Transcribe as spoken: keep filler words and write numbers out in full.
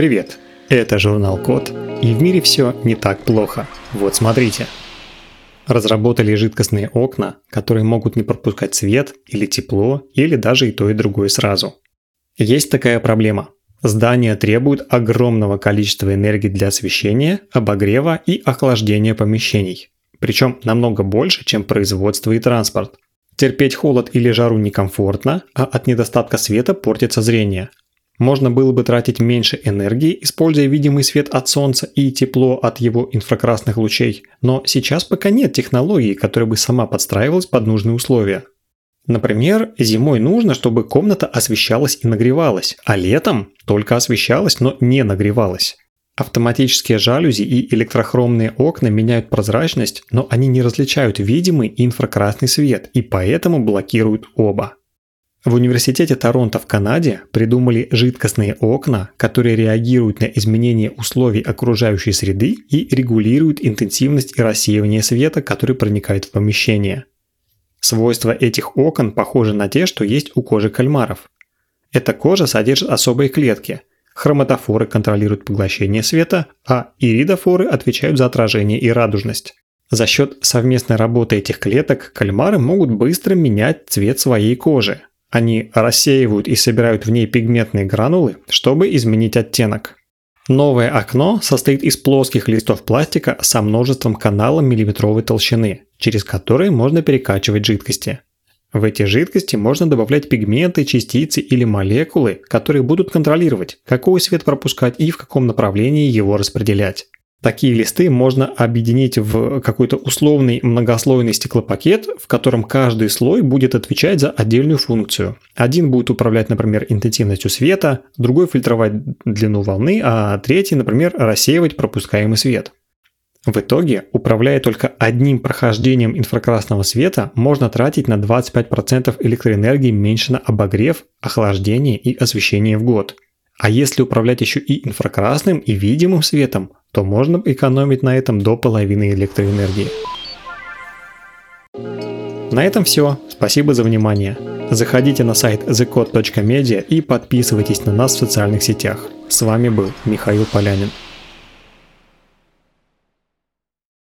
Привет, это журнал Код, и в мире все не так плохо. Вот смотрите. Разработали жидкостные окна, которые могут не пропускать свет или тепло, или даже и то и другое сразу. Есть такая проблема. Здания требуют огромного количества энергии для освещения, обогрева и охлаждения помещений. Причем намного больше, чем производство и транспорт. Терпеть холод или жару некомфортно, а от недостатка света портится зрение. Можно было бы тратить меньше энергии, используя видимый свет от солнца и тепло от его инфракрасных лучей, но сейчас пока нет технологии, которая бы сама подстраивалась под нужные условия. Например, зимой нужно, чтобы комната освещалась и нагревалась, а летом только освещалась, но не нагревалась. Автоматические жалюзи и электрохромные окна меняют прозрачность, но они не различают видимый и инфракрасный свет и поэтому блокируют оба. В университете Торонто в Канаде придумали жидкостные окна, которые реагируют на изменения условий окружающей среды и регулируют интенсивность и рассеивание света, который проникает в помещение. Свойства этих окон похожи на те, что есть у кожи кальмаров. Эта кожа содержит особые клетки. Хроматофоры контролируют поглощение света, а иридофоры отвечают за отражение и радужность. За счет совместной работы этих клеток кальмары могут быстро менять цвет своей кожи. Они рассеивают и собирают в ней пигментные гранулы, чтобы изменить оттенок. Новое окно состоит из плоских листов пластика со множеством каналов миллиметровой толщины, через которые можно перекачивать жидкости. В эти жидкости можно добавлять пигменты, частицы или молекулы, которые будут контролировать, какой свет пропускать и в каком направлении его распределять. Такие листы можно объединить в какой-то условный многослойный стеклопакет, в котором каждый слой будет отвечать за отдельную функцию. Один будет управлять, например, интенсивностью света, другой фильтровать длину волны, а третий, например, рассеивать пропускаемый свет. В итоге, управляя только одним прохождением инфракрасного света, можно тратить на двадцать пять процентов электроэнергии меньше на обогрев, охлаждение и освещение в год. А если управлять еще и инфракрасным и видимым светом, то можно экономить на этом до половины электроэнергии. На этом все. Спасибо за внимание. Заходите на сайт the code точка media и подписывайтесь на нас в социальных сетях. С вами был Михаил Полянин.